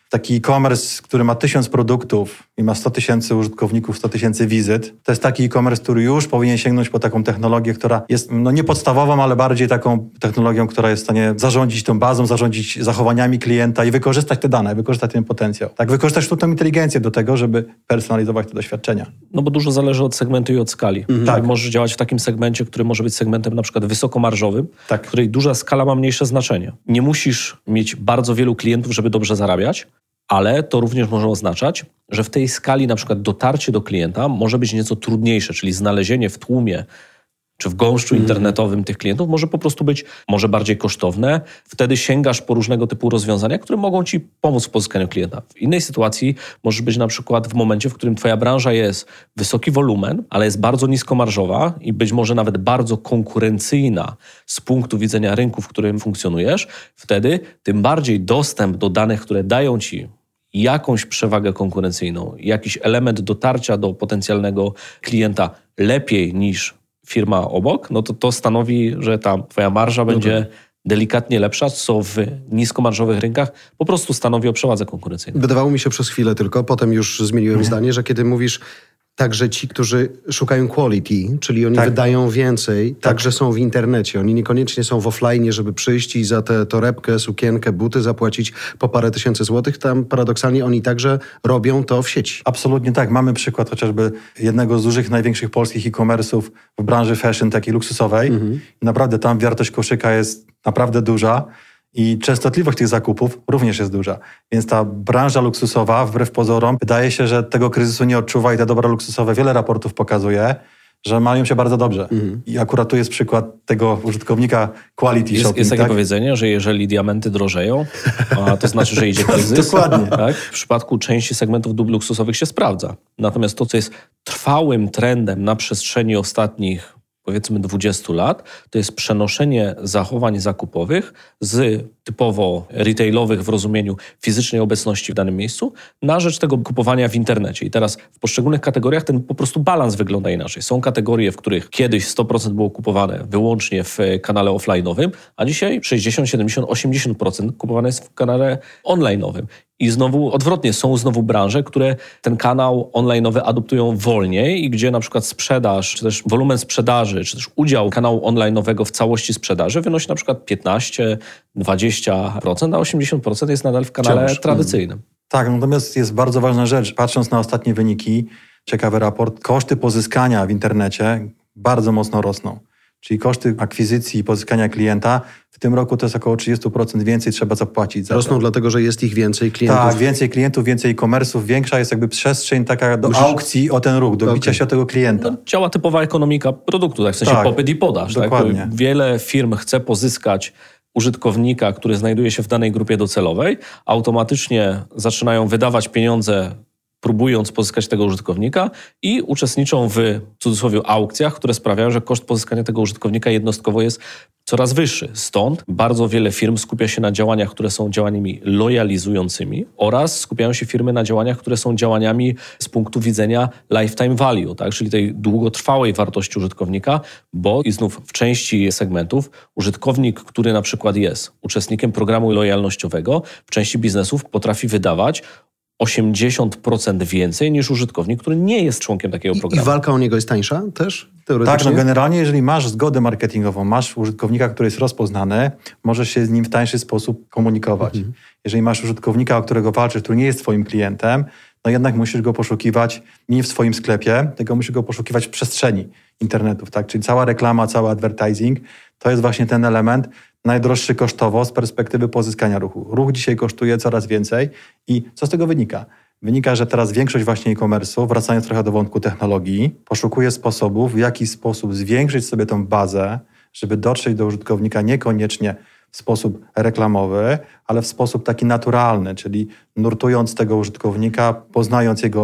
Taki e-commerce, który ma tysiąc produktów i ma sto tysięcy użytkowników, sto tysięcy wizyt, to jest taki e-commerce, który już powinien sięgnąć po taką technologię, która jest no nie podstawową, ale bardziej taką technologią, która jest w stanie zarządzić tą bazą, zarządzić zachowaniami klienta i wykorzystać te dane, wykorzystać ten potencjał. Tak, wykorzystać sztuczną inteligencję do tego, żeby personalizować te doświadczenia. No bo dużo zależy od segmentu i od skali. Mhm. Tak. Możesz działać w takim segmencie, który może być segmentem na przykład wysokomarżowym, Tak. w której duża skala ma mniejsze znaczenie. Nie musisz mieć bardzo wielu klientów, żeby dobrze zarabiać, ale to również może oznaczać, że w tej skali na przykład dotarcie do klienta może być nieco trudniejsze, czyli znalezienie w tłumie czy w gąszczu Mhm. internetowym tych klientów może po prostu być może bardziej kosztowne. Wtedy sięgasz po różnego typu rozwiązania, które mogą ci pomóc w pozyskaniu klienta. W innej sytuacji możesz być na przykład w momencie, w którym twoja branża jest wysoki wolumen, ale jest bardzo niskomarżowa i być może nawet bardzo konkurencyjna z punktu widzenia rynku, w którym funkcjonujesz. Wtedy tym bardziej dostęp do danych, które dają ci jakąś przewagę konkurencyjną, jakiś element dotarcia do potencjalnego klienta lepiej niż firma obok, no to to stanowi, że ta twoja marża będzie delikatnie lepsza, co w niskomarżowych rynkach po prostu stanowi o przewadze konkurencyjnej. Wydawało mi się przez chwilę tylko, potem już zmieniłem zdanie, że kiedy mówisz także ci, którzy szukają quality, czyli oni Tak. wydają więcej, także są w internecie. Oni niekoniecznie są w offline, żeby przyjść i za tę torebkę, sukienkę, buty zapłacić po parę tysięcy złotych. Tam paradoksalnie oni także robią to w sieci. Absolutnie tak. Mamy przykład chociażby jednego z dużych, największych polskich e-commerce'ów w branży fashion, takiej luksusowej. Mhm. Naprawdę tam wartość koszyka jest naprawdę duża i częstotliwość tych zakupów również jest duża. Więc ta branża luksusowa, wbrew pozorom, wydaje się, że tego kryzysu nie odczuwa i te dobra luksusowe, wiele raportów pokazuje, że mają się bardzo dobrze. Mhm. I akurat tu jest przykład tego użytkownika quality Jest, shopping. jest takie tak? powiedzenie, że jeżeli diamenty drożeją, a to znaczy, że idzie kryzys. Dokładnie. Tak? W przypadku części segmentów dóbr luksusowych się sprawdza. Natomiast to, co jest trwałym trendem na przestrzeni ostatnich powiedzmy dwudziestu lat, to jest przenoszenie zachowań zakupowych z typowo retailowych w rozumieniu fizycznej obecności w danym miejscu na rzecz tego kupowania w internecie. I teraz w poszczególnych kategoriach ten po prostu balans wygląda inaczej. Są kategorie, w których kiedyś sto procent było kupowane wyłącznie w kanale offline'owym, a dzisiaj sześćdziesiąt, siedemdziesiąt, osiemdziesiąt procent kupowane jest w kanale online'owym. I znowu odwrotnie, są znowu branże, które ten kanał online'owy adoptują wolniej i gdzie na przykład sprzedaż, czy też wolumen sprzedaży, czy też udział kanału online'owego w całości sprzedaży wynosi na przykład piętnaście, dwadzieścia procent, a osiemdziesiąt procent jest nadal w kanale Wciąż. tradycyjnym. Tak, natomiast jest bardzo ważna rzecz. Patrząc na ostatnie wyniki, ciekawy raport, koszty pozyskania w internecie bardzo mocno rosną. Czyli koszty akwizycji i pozyskania klienta w tym roku to jest około trzydzieści procent więcej trzeba zapłacić za Rosną to. dlatego, że jest ich więcej klientów. Tak, więcej klientów, więcej e-commerce'ów, większa jest jakby przestrzeń taka do Musisz- aukcji o ten ruch, do bicia Okej. się o tego klienta. No, działa typowa ekonomika produktu, tak? W sensie Tak, popyt i podaż. Tak? dokładnie. Wiele firm chce pozyskać użytkownika, który znajduje się w danej grupie docelowej, automatycznie zaczynają wydawać pieniądze, próbując pozyskać tego użytkownika i uczestniczą w, w cudzysłowie aukcjach, które sprawiają, że koszt pozyskania tego użytkownika jednostkowo jest coraz wyższy. Stąd bardzo wiele firm skupia się na działaniach, które są działaniami lojalizującymi oraz skupiają się firmy na działaniach, które są działaniami z punktu widzenia lifetime value, tak? Czyli tej długotrwałej wartości użytkownika, bo i znów w części segmentów użytkownik, który na przykład jest uczestnikiem programu lojalnościowego, w części biznesów potrafi wydawać osiemdziesiąt procent więcej niż użytkownik, który nie jest członkiem takiego I, I programu. walka o niego jest tańsza też? Tak, Teoretycznie? no generalnie jeżeli masz zgodę marketingową, masz użytkownika, który jest rozpoznany, możesz się z nim w tańszy sposób komunikować. Mhm. Jeżeli masz użytkownika, o którego walczysz, który nie jest twoim klientem, no jednak musisz go poszukiwać nie w swoim sklepie, tylko musisz go poszukiwać w przestrzeni internetów, tak? Czyli cała reklama, cały advertising, to jest właśnie ten element najdroższy kosztowo z perspektywy pozyskania ruchu. Ruch dzisiaj kosztuje coraz więcej i co z tego wynika? Wynika, że teraz większość właśnie e-commerce'u, wracając trochę do wątku technologii, poszukuje sposobów, w jaki sposób zwiększyć sobie tą bazę, żeby dotrzeć do użytkownika niekoniecznie w sposób reklamowy, ale w sposób taki naturalny, czyli nurtując tego użytkownika, poznając jego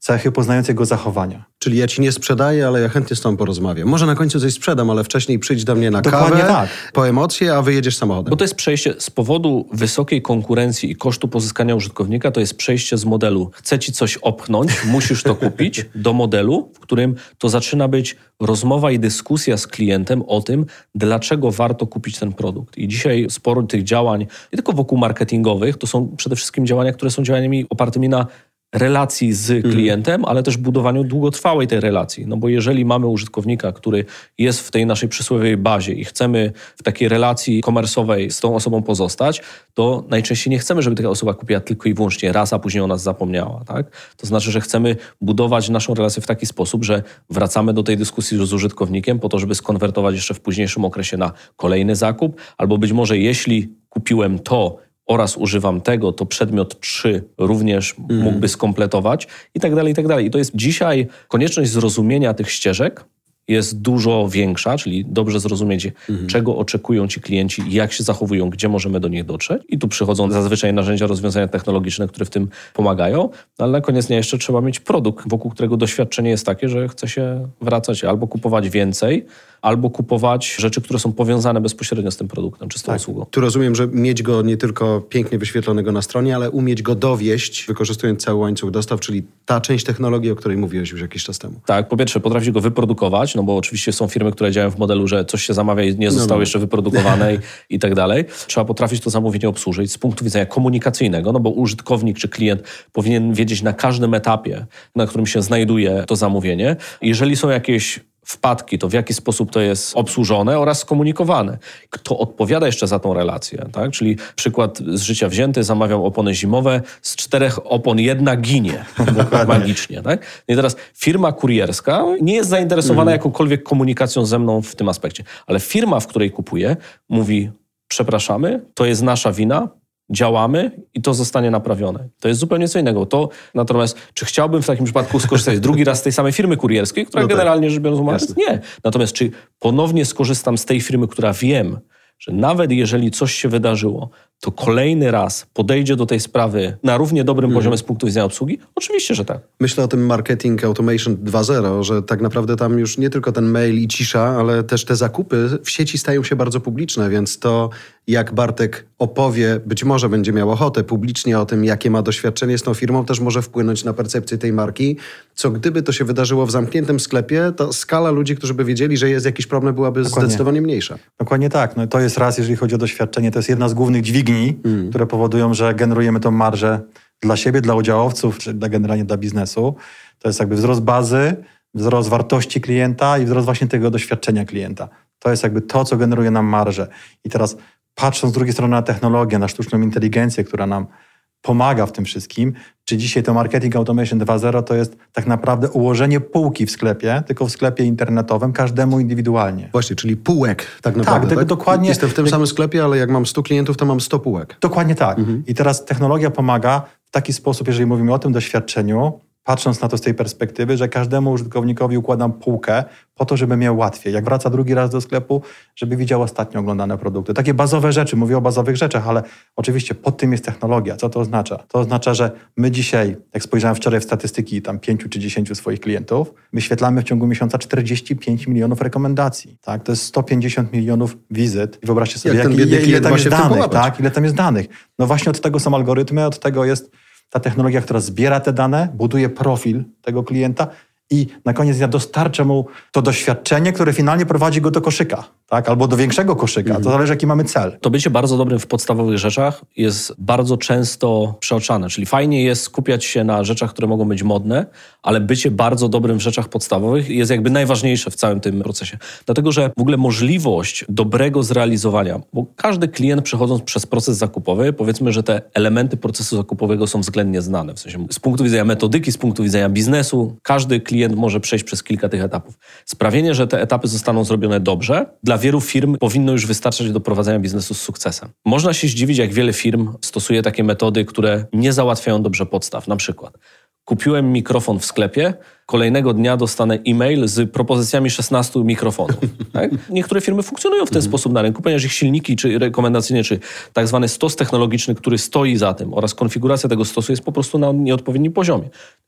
cechy poznające jego zachowania. Czyli ja ci nie sprzedaję, ale ja chętnie z tobą porozmawiam. Może na końcu coś sprzedam, ale wcześniej przyjdź do mnie na Dokładnie kawę, tak. po emocje, a wyjedziesz samochodem. Bo to jest przejście z powodu wysokiej konkurencji i kosztu pozyskania użytkownika, to jest przejście z modelu chcę ci coś opchnąć, musisz to kupić, do modelu, w którym to zaczyna być rozmowa i dyskusja z klientem o tym, dlaczego warto kupić ten produkt. I dzisiaj sporo tych działań, nie tylko wokół marketingowych, to są przede wszystkim działania, które są działaniami opartymi na relacji z klientem, mm. ale też budowaniu długotrwałej tej relacji. No bo jeżeli mamy użytkownika, który jest w tej naszej przysłowiowej bazie i chcemy w takiej relacji komersowej z tą osobą pozostać, to najczęściej nie chcemy, żeby taka osoba kupiła tylko i wyłącznie raz, a później o nas zapomniała. Tak? To znaczy, że chcemy budować naszą relację w taki sposób, że wracamy do tej dyskusji z użytkownikiem po to, żeby skonwertować jeszcze w późniejszym okresie na kolejny zakup, albo być może jeśli kupiłem to, oraz używam tego, to przedmiot trzy również mm. mógłby skompletować i tak dalej, i tak dalej. I to jest dzisiaj konieczność zrozumienia tych ścieżek jest dużo większa, czyli dobrze zrozumieć, mm. czego oczekują ci klienci, jak się zachowują, gdzie możemy do nich dotrzeć. I tu przychodzą zazwyczaj narzędzia, rozwiązania technologiczne, które w tym pomagają, ale na koniec dnia jeszcze trzeba mieć produkt, wokół którego doświadczenie jest takie, że chce się wracać albo kupować więcej, albo kupować rzeczy, które są powiązane bezpośrednio z tym produktem czy z tą tak. usługą. Tu rozumiem, że mieć go nie tylko pięknie wyświetlonego na stronie, ale umieć go dowieść, wykorzystując cały łańcuch dostaw, czyli ta część technologii, o której mówiłeś już jakiś czas temu. Tak, po pierwsze potrafić go wyprodukować, no bo oczywiście są firmy, które działają w modelu, że coś się zamawia i nie zostało no, no. jeszcze wyprodukowane i, i tak dalej. Trzeba potrafić to zamówienie obsłużyć z punktu widzenia komunikacyjnego, no bo użytkownik czy klient powinien wiedzieć na każdym etapie, na którym się znajduje to zamówienie. Jeżeli są jakieś wpadki, to w jaki sposób to jest obsłużone oraz skomunikowane. Kto odpowiada jeszcze za tą relację, tak? Czyli przykład z życia wzięty, zamawiam opony zimowe, z czterech opon jedna ginie magicznie, tak? I teraz firma kurierska nie jest zainteresowana mm. jakąkolwiek komunikacją ze mną w tym aspekcie, ale firma, w której kupuję, mówi przepraszamy, to jest nasza wina, działamy i to zostanie naprawione. To jest zupełnie co innego. To, natomiast czy chciałbym w takim przypadku skorzystać drugi raz z tej samej firmy kurierskiej, która no tak. generalnie rzecz biorąc ma? Nie. Natomiast czy ponownie skorzystam z tej firmy, która wiem, że nawet jeżeli coś się wydarzyło, to kolejny raz podejdzie do tej sprawy na równie dobrym mm. poziomie z punktu widzenia obsługi? Oczywiście, że tak. Myślę o tym marketing automation dwa zero, że tak naprawdę tam już nie tylko ten mail i cisza, ale też te zakupy w sieci stają się bardzo publiczne, więc to jak Bartek opowie, być może będzie miał ochotę publicznie o tym, jakie ma doświadczenie z tą firmą, też może wpłynąć na percepcję tej marki, co gdyby to się wydarzyło w zamkniętym sklepie, to skala ludzi, którzy by wiedzieli, że jest jakiś problem, byłaby Dokładnie. zdecydowanie mniejsza. Dokładnie tak. No to jest raz, jeżeli chodzi o doświadczenie, to jest jedna z głównych dźwigni, Mm. które powodują, że generujemy tą marżę dla siebie, dla udziałowców, czy dla, generalnie dla biznesu. To jest jakby wzrost bazy, wzrost wartości klienta i wzrost właśnie tego doświadczenia klienta. To jest jakby to, co generuje nam marżę. I teraz patrząc z drugiej strony na technologię, na sztuczną inteligencję, która nam pomaga w tym wszystkim, czy dzisiaj to marketing automation dwa zero to jest tak naprawdę ułożenie półki w sklepie, tylko w sklepie internetowym, każdemu indywidualnie. Właśnie, czyli półek tak naprawdę. Tak, tak? dokładnie. Jestem w tym samym sklepie, ale jak mam sto klientów, to mam sto półek. Dokładnie tak. Mhm. I teraz technologia pomaga w taki sposób, jeżeli mówimy o tym doświadczeniu, patrząc na to z tej perspektywy, że każdemu użytkownikowi układam półkę po to, żeby miał łatwiej. Jak wraca drugi raz do sklepu, żeby widział ostatnio oglądane produkty. Takie bazowe rzeczy, mówię o bazowych rzeczach, ale oczywiście pod tym jest technologia. Co to oznacza? To oznacza, że my dzisiaj, jak spojrzałem wczoraj w statystyki tam pięciu czy dziesięciu swoich klientów, wyświetlamy w ciągu miesiąca czterdzieści pięć milionów rekomendacji. Tak? To jest sto pięćdziesiąt milionów wizyt. I wyobraźcie sobie, jak jak, ile, ile tam jest danych. Tak? Ile tam jest danych. No właśnie od tego są algorytmy, od tego jest ta technologia, która zbiera te dane, buduje profil tego klienta i na koniec dnia dostarcza mu to doświadczenie, które finalnie prowadzi go do koszyka, tak? Albo do większego koszyka. Mhm. To zależy, jaki mamy cel. To bycie bardzo dobrym w podstawowych rzeczach jest bardzo często przeoczane. Czyli fajnie jest skupiać się na rzeczach, które mogą być modne, ale bycie bardzo dobrym w rzeczach podstawowych jest jakby najważniejsze w całym tym procesie. Dlatego, że w ogóle możliwość dobrego zrealizowania, bo każdy klient przechodząc przez proces zakupowy, powiedzmy, że te elementy procesu zakupowego są względnie znane. W sensie z punktu widzenia metodyki, z punktu widzenia biznesu, każdy klient może przejść przez kilka tych etapów. Sprawienie, że te etapy zostaną zrobione dobrze, dla wielu firm powinno już wystarczać do prowadzenia biznesu z sukcesem. Można się zdziwić, jak wiele firm stosuje takie metody, które nie załatwiają dobrze podstaw. Na przykład kupiłem mikrofon w sklepie, kolejnego dnia dostanę e-mail z propozycjami szesnastu mikrofonów. Tak? Niektóre firmy funkcjonują w ten mm. sposób na rynku, ponieważ ich silniki, czy rekomendacyjne, czy tak zwany stos technologiczny, który stoi za tym oraz konfiguracja tego stosu jest po prostu na nieodpowiednim poziomie.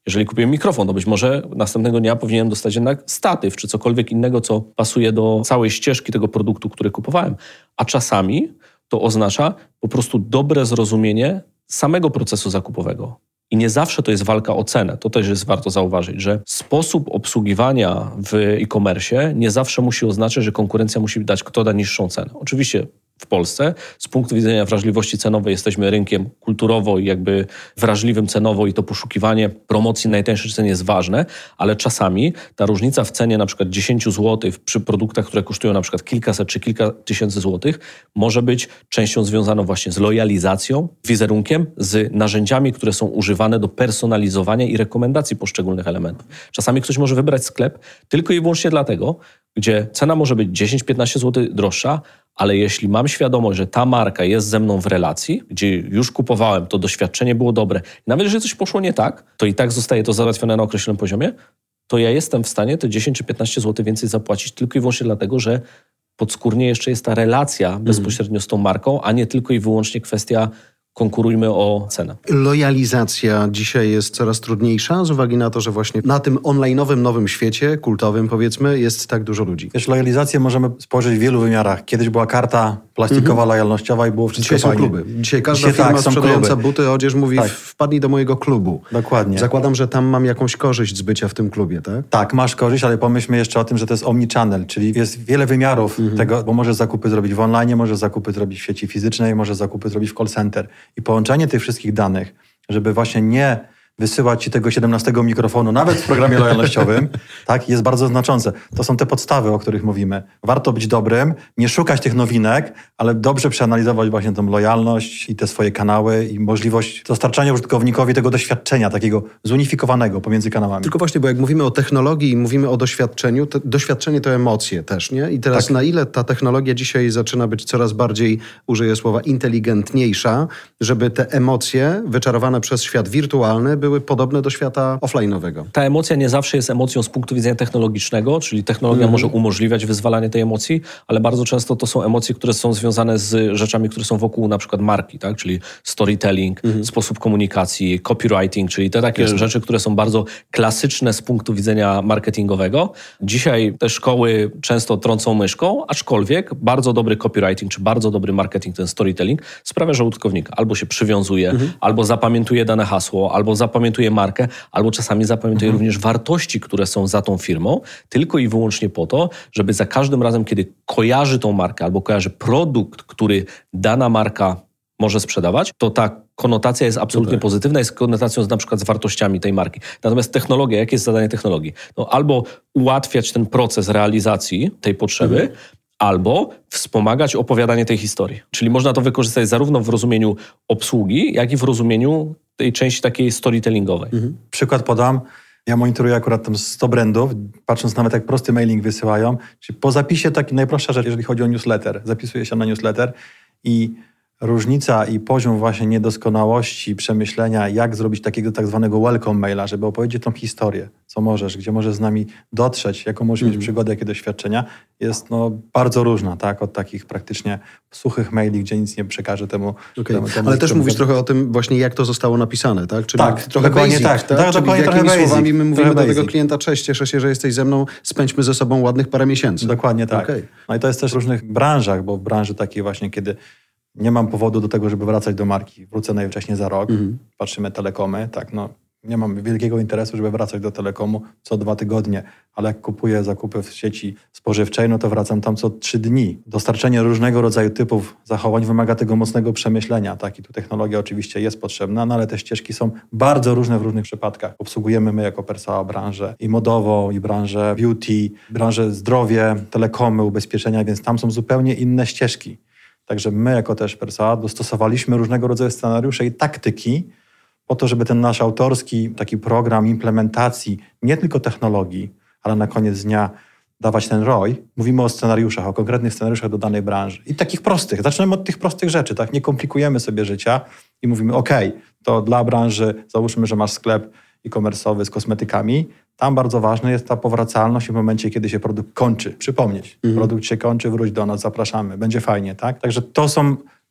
Jeżeli kupiłem mikrofon, to być może następnego dnia powinienem dostać jednak statyw, czy cokolwiek innego, co pasuje do całej ścieżki tego produktu, który kupowałem. A czasami to oznacza po prostu dobre zrozumienie samego procesu zakupowego. I nie zawsze to jest walka o cenę. To też jest warto zauważyć, że sposób obsługiwania w e-commerce nie zawsze musi oznaczać, że konkurencja musi dać, kto da niższą cenę. Oczywiście w Polsce z punktu widzenia wrażliwości cenowej jesteśmy rynkiem kulturowo i jakby wrażliwym cenowo i to poszukiwanie promocji najtańszej ceny jest ważne, ale czasami ta różnica w cenie na przykład dziesięć złotych przy produktach, które kosztują na przykład kilkaset czy kilka tysięcy złotych może być częścią związaną właśnie z lojalizacją, wizerunkiem, z narzędziami, które są używane do personalizowania i rekomendacji poszczególnych elementów. Czasami ktoś może wybrać sklep tylko i wyłącznie dlatego, gdzie cena może być dziesięć do piętnastu złotych droższa, ale jeśli mam świadomość, że ta marka jest ze mną w relacji, gdzie już kupowałem, to doświadczenie było dobre, nawet jeżeli coś poszło nie tak, to i tak zostaje to załatwione na określonym poziomie, to ja jestem w stanie te dziesięć czy piętnaście złotych więcej zapłacić tylko i wyłącznie dlatego, że podskórnie jeszcze jest ta relacja mm. bezpośrednio z tą marką, a nie tylko i wyłącznie kwestia konkurujmy o cenę. Lojalizacja dzisiaj jest coraz trudniejsza z uwagi na to, że właśnie na tym online'owym nowym świecie, kultowym powiedzmy, jest tak dużo ludzi. Wiesz, lojalizację możemy spojrzeć w wielu wymiarach. Kiedyś była karta plastikowa, mm-hmm. lojalnościowa i było wszystko Dzisiaj fajnie. są kluby. Dzisiaj każda Dzisiaj firma tak, sprzedająca kluby. buty, odzież mówi tak. wpadnij do mojego klubu. Dokładnie. Zakładam, że tam mam jakąś korzyść z bycia w tym klubie, tak? Tak, masz korzyść, ale pomyślmy jeszcze o tym, że to jest omnichannel, czyli jest wiele wymiarów mm-hmm. tego, bo możesz zakupy zrobić w online, możesz zakupy zrobić w sieci fizycznej, możesz zakupy zrobić w call center. I połączenie tych wszystkich danych, żeby właśnie nie wysyłać ci tego siedemnastego mikrofonu, nawet w programie lojalnościowym, tak, jest bardzo znaczące. To są te podstawy, o których mówimy. Warto być dobrym, nie szukać tych nowinek, ale dobrze przeanalizować właśnie tą lojalność i te swoje kanały i możliwość dostarczania użytkownikowi tego doświadczenia takiego zunifikowanego pomiędzy kanałami. Tylko właśnie, bo jak mówimy o technologii i mówimy o doświadczeniu, to doświadczenie to emocje też, nie? I teraz Tak. na ile ta technologia dzisiaj zaczyna być coraz bardziej, użyję słowa, inteligentniejsza, żeby te emocje wyczarowane przez świat wirtualny były podobne do świata offline'owego. Ta emocja nie zawsze jest emocją z punktu widzenia technologicznego, czyli technologia mm. może umożliwiać wyzwalanie tej emocji, ale bardzo często to są emocje, które są związane z rzeczami, które są wokół na przykład marki, tak? Czyli storytelling, mm. sposób komunikacji, copywriting, czyli te takie Jasne. rzeczy, które są bardzo klasyczne z punktu widzenia marketingowego. Dzisiaj te szkoły często trącą myszką, aczkolwiek bardzo dobry copywriting, czy bardzo dobry marketing, ten storytelling sprawia, że użytkownik albo się przywiązuje, mm. albo zapamiętuje dane hasło, albo zapamiętuje markę, albo czasami zapamiętuje mhm. również wartości, które są za tą firmą, tylko i wyłącznie po to, żeby za każdym razem, kiedy kojarzy tą markę albo kojarzy produkt, który dana marka może sprzedawać, to ta konotacja jest absolutnie Super. pozytywna, jest konotacją z, na przykład z wartościami tej marki. Natomiast technologia, jakie jest zadanie technologii? No, albo ułatwiać ten proces realizacji tej potrzeby, mhm. albo wspomagać opowiadanie tej historii. Czyli można to wykorzystać zarówno w rozumieniu obsługi, jak i w rozumieniu tej części takiej storytellingowej. Mhm. Przykład podam. Ja monitoruję akurat tam sto brandów, patrząc nawet jak prosty mailing wysyłają. Czyli po zapisie taki najprostsza rzecz, jeżeli chodzi o newsletter. Zapisuje się na newsletter i różnica i poziom właśnie niedoskonałości, przemyślenia, jak zrobić takiego tak zwanego welcome maila, żeby opowiedzieć tą historię, co możesz, gdzie możesz z nami dotrzeć, jaką możesz mm. mieć przygodę, jakie doświadczenia, jest no, bardzo różna, tak, od takich praktycznie suchych maili, gdzie nic nie przekaże temu. Okay. temu, temu Ale też mówisz trochę o tym właśnie, jak to zostało napisane, tak? Czyli tak, trochę dokładnie basic, tak. tak? tak Czyli dokładnie jakimi trochę słowami basic, my mówimy do basic. tego klienta, cześć, cieszę się, że jesteś ze mną, spędźmy ze sobą ładnych parę miesięcy. Dokładnie tak. Okay. No i to jest też w różnych branżach, bo w branży takiej właśnie, kiedy nie mam powodu do tego, żeby wracać do marki. Wrócę najwcześniej za rok. Mhm. Patrzymy telekomy. Tak, no, nie mam wielkiego interesu, żeby wracać do telekomu co dwa tygodnie, ale jak kupuję zakupy w sieci spożywczej, no to wracam tam co trzy dni. Dostarczenie różnego rodzaju typów zachowań wymaga tego mocnego przemyślenia. Tak, i tu technologia oczywiście jest potrzebna, no ale te ścieżki są bardzo różne w różnych przypadkach. Obsługujemy my jako Persała branżę i modową, i branżę beauty, branżę zdrowie, telekomy, ubezpieczenia, więc tam są zupełnie inne ścieżki. Także my jako też Persała dostosowaliśmy różnego rodzaju scenariusze i taktyki po to, żeby ten nasz autorski taki program implementacji nie tylko technologii, ale na koniec dnia dawać ten R O I. Mówimy o scenariuszach, o konkretnych scenariuszach do danej branży. I takich prostych. Zaczynamy od tych prostych rzeczy, tak? Nie komplikujemy sobie życia i mówimy, ok, to dla branży, załóżmy, że masz sklep e-commerce'owy z kosmetykami, tam bardzo ważna jest ta powracalność w momencie, kiedy się produkt kończy. Przypomnieć, mhm. produkt się kończy, wróć do nas, zapraszamy, będzie fajnie, tak? Także to są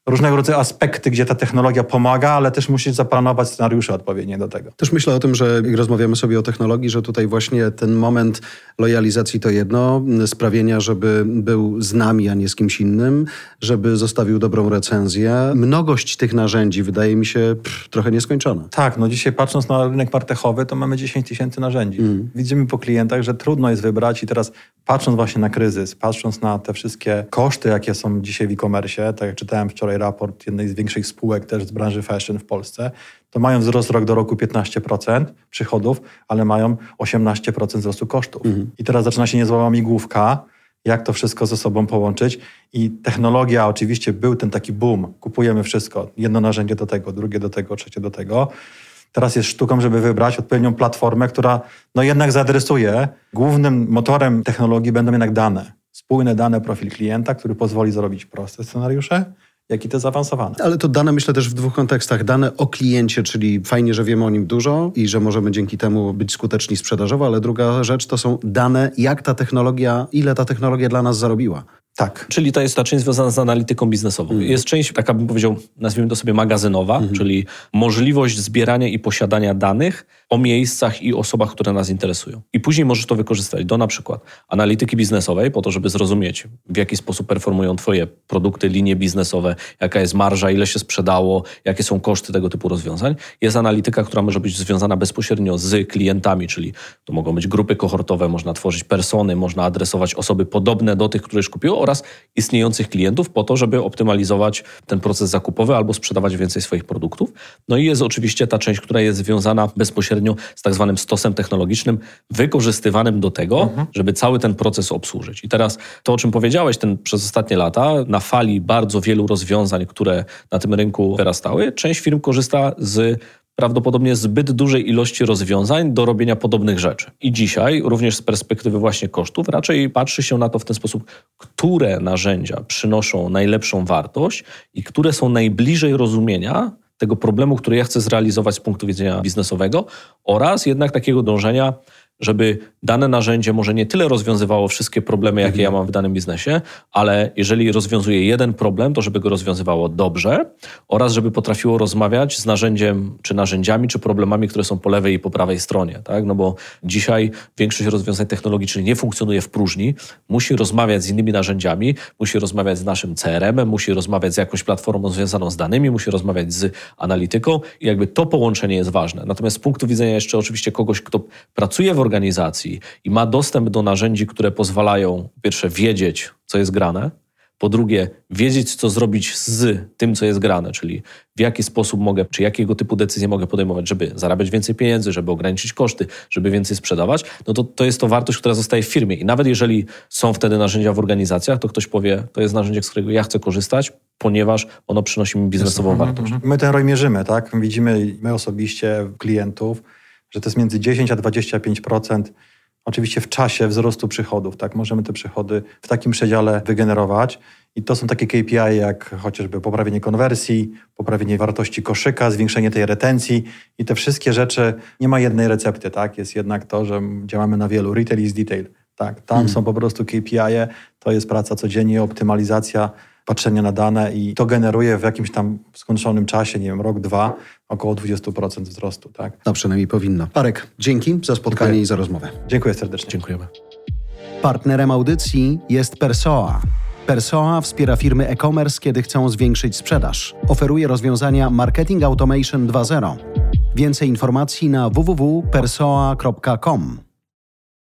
różnego rodzaju aspekty, gdzie ta technologia pomaga, ale też musisz zaplanować scenariusze odpowiednie do tego. Też myślę o tym, że jak rozmawiamy sobie o technologii, że tutaj właśnie ten moment lojalizacji to jedno, sprawienia, żeby był z nami, a nie z kimś innym, żeby zostawił dobrą recenzję. Mnogość tych narzędzi wydaje mi się pff, trochę nieskończona. Tak, no dzisiaj patrząc na rynek martechowy, to mamy dziesięć tysięcy narzędzi. Mm. Widzimy po klientach, że trudno jest wybrać i teraz patrząc właśnie na kryzys, patrząc na te wszystkie koszty, jakie są dzisiaj w e-commerce, tak jak czytałem wczoraj raport jednej z większych spółek też z branży fashion w Polsce, to mają wzrost rok do roku piętnaście procent przychodów, ale mają osiemnaście procent wzrostu kosztów. Mm. I teraz zaczyna się niezła migłówka, jak to wszystko ze sobą połączyć. I technologia, oczywiście był ten taki boom, kupujemy wszystko, jedno narzędzie do tego, drugie do tego, trzecie do tego. Teraz jest sztuką, żeby wybrać odpowiednią platformę, która no jednak zaadresuje. Głównym motorem technologii będą jednak dane. Spójne dane, profil klienta, który pozwoli zrobić proste scenariusze, jak i te zaawansowane. Ale to dane myślę też w dwóch kontekstach. Dane o kliencie, czyli fajnie, że wiemy o nim dużo i że możemy dzięki temu być skuteczni sprzedażowo, ale druga rzecz to są dane, jak ta technologia, ile ta technologia dla nas zarobiła. Tak. Czyli to jest ta część związana z analityką biznesową. Mm. Jest część, taka bym powiedział, nazwijmy to sobie magazynowa, mm. czyli możliwość zbierania i posiadania danych o miejscach i osobach, które nas interesują. I później możesz to wykorzystać do na przykład analityki biznesowej, po to, żeby zrozumieć, w jaki sposób performują twoje produkty, linie biznesowe, jaka jest marża, ile się sprzedało, jakie są koszty tego typu rozwiązań. Jest analityka, która może być związana bezpośrednio z klientami, czyli to mogą być grupy kohortowe, można tworzyć persony, można adresować osoby podobne do tych, które już kupiło, oraz istniejących klientów po to, żeby optymalizować ten proces zakupowy albo sprzedawać więcej swoich produktów. No i jest oczywiście ta część, która jest związana bezpośrednio z tak zwanym stosem technologicznym, wykorzystywanym do tego, mhm. żeby cały ten proces obsłużyć. I teraz to, o czym powiedziałeś ten, przez ostatnie lata, na fali bardzo wielu rozwiązań, które na tym rynku wyrastały, część firm korzysta z prawdopodobnie zbyt dużej ilości rozwiązań do robienia podobnych rzeczy. I dzisiaj, również z perspektywy właśnie kosztów, raczej patrzy się na to w ten sposób, które narzędzia przynoszą najlepszą wartość i które są najbliżej rozumienia tego problemu, który ja chcę zrealizować z punktu widzenia biznesowego oraz jednak takiego dążenia, żeby dane narzędzie może nie tyle rozwiązywało wszystkie problemy, jakie ja mam w danym biznesie, ale jeżeli rozwiązuje jeden problem, to żeby go rozwiązywało dobrze oraz żeby potrafiło rozmawiać z narzędziem, czy narzędziami, czy problemami, które są po lewej i po prawej stronie. Tak? No bo dzisiaj większość rozwiązań technologicznych nie funkcjonuje w próżni, musi rozmawiać z innymi narzędziami, musi rozmawiać z naszym C R M-em, musi rozmawiać z jakąś platformą związaną z danymi, musi rozmawiać z analityką i jakby to połączenie jest ważne. Natomiast z punktu widzenia jeszcze oczywiście kogoś, kto pracuje w organizacji i ma dostęp do narzędzi, które pozwalają po pierwsze wiedzieć, co jest grane, po drugie wiedzieć, co zrobić z tym, co jest grane, czyli w jaki sposób mogę, czy jakiego typu decyzje mogę podejmować, żeby zarabiać więcej pieniędzy, żeby ograniczyć koszty, żeby więcej sprzedawać, no to to jest to wartość, która zostaje w firmie. I nawet jeżeli są wtedy narzędzia w organizacjach, to ktoś powie, to jest narzędzie, z którego ja chcę korzystać, ponieważ ono przynosi mi biznesową mhm, wartość. My ten R O I mierzymy, tak? Widzimy, my osobiście klientów, że to jest między dziesięć a dwadzieścia pięć procent oczywiście w czasie wzrostu przychodów. Tak? Możemy te przychody w takim przedziale wygenerować i to są takie K P I jak chociażby poprawienie konwersji, poprawienie wartości koszyka, zwiększenie tej retencji i te wszystkie rzeczy, nie ma jednej recepty. Tak? Jest jednak to, że działamy na wielu. Retail is detail. Tak? Tam hmm. są po prostu K P I-e, to jest praca codziennie, optymalizacja, patrzenie na dane i to generuje w jakimś tam skończonym czasie, nie wiem, rok, dwa, około dwadzieścia procent wzrostu. Tak? No przynajmniej powinno. Parek, dzięki za spotkanie Dziękuję. i za rozmowę. Dziękuję serdecznie. Dziękujemy. Partnerem audycji jest Persoa. Persoa wspiera firmy e-commerce, kiedy chcą zwiększyć sprzedaż. Oferuje rozwiązania Marketing Automation dwa zero. Więcej informacji na w w w kropka persoa kropka com.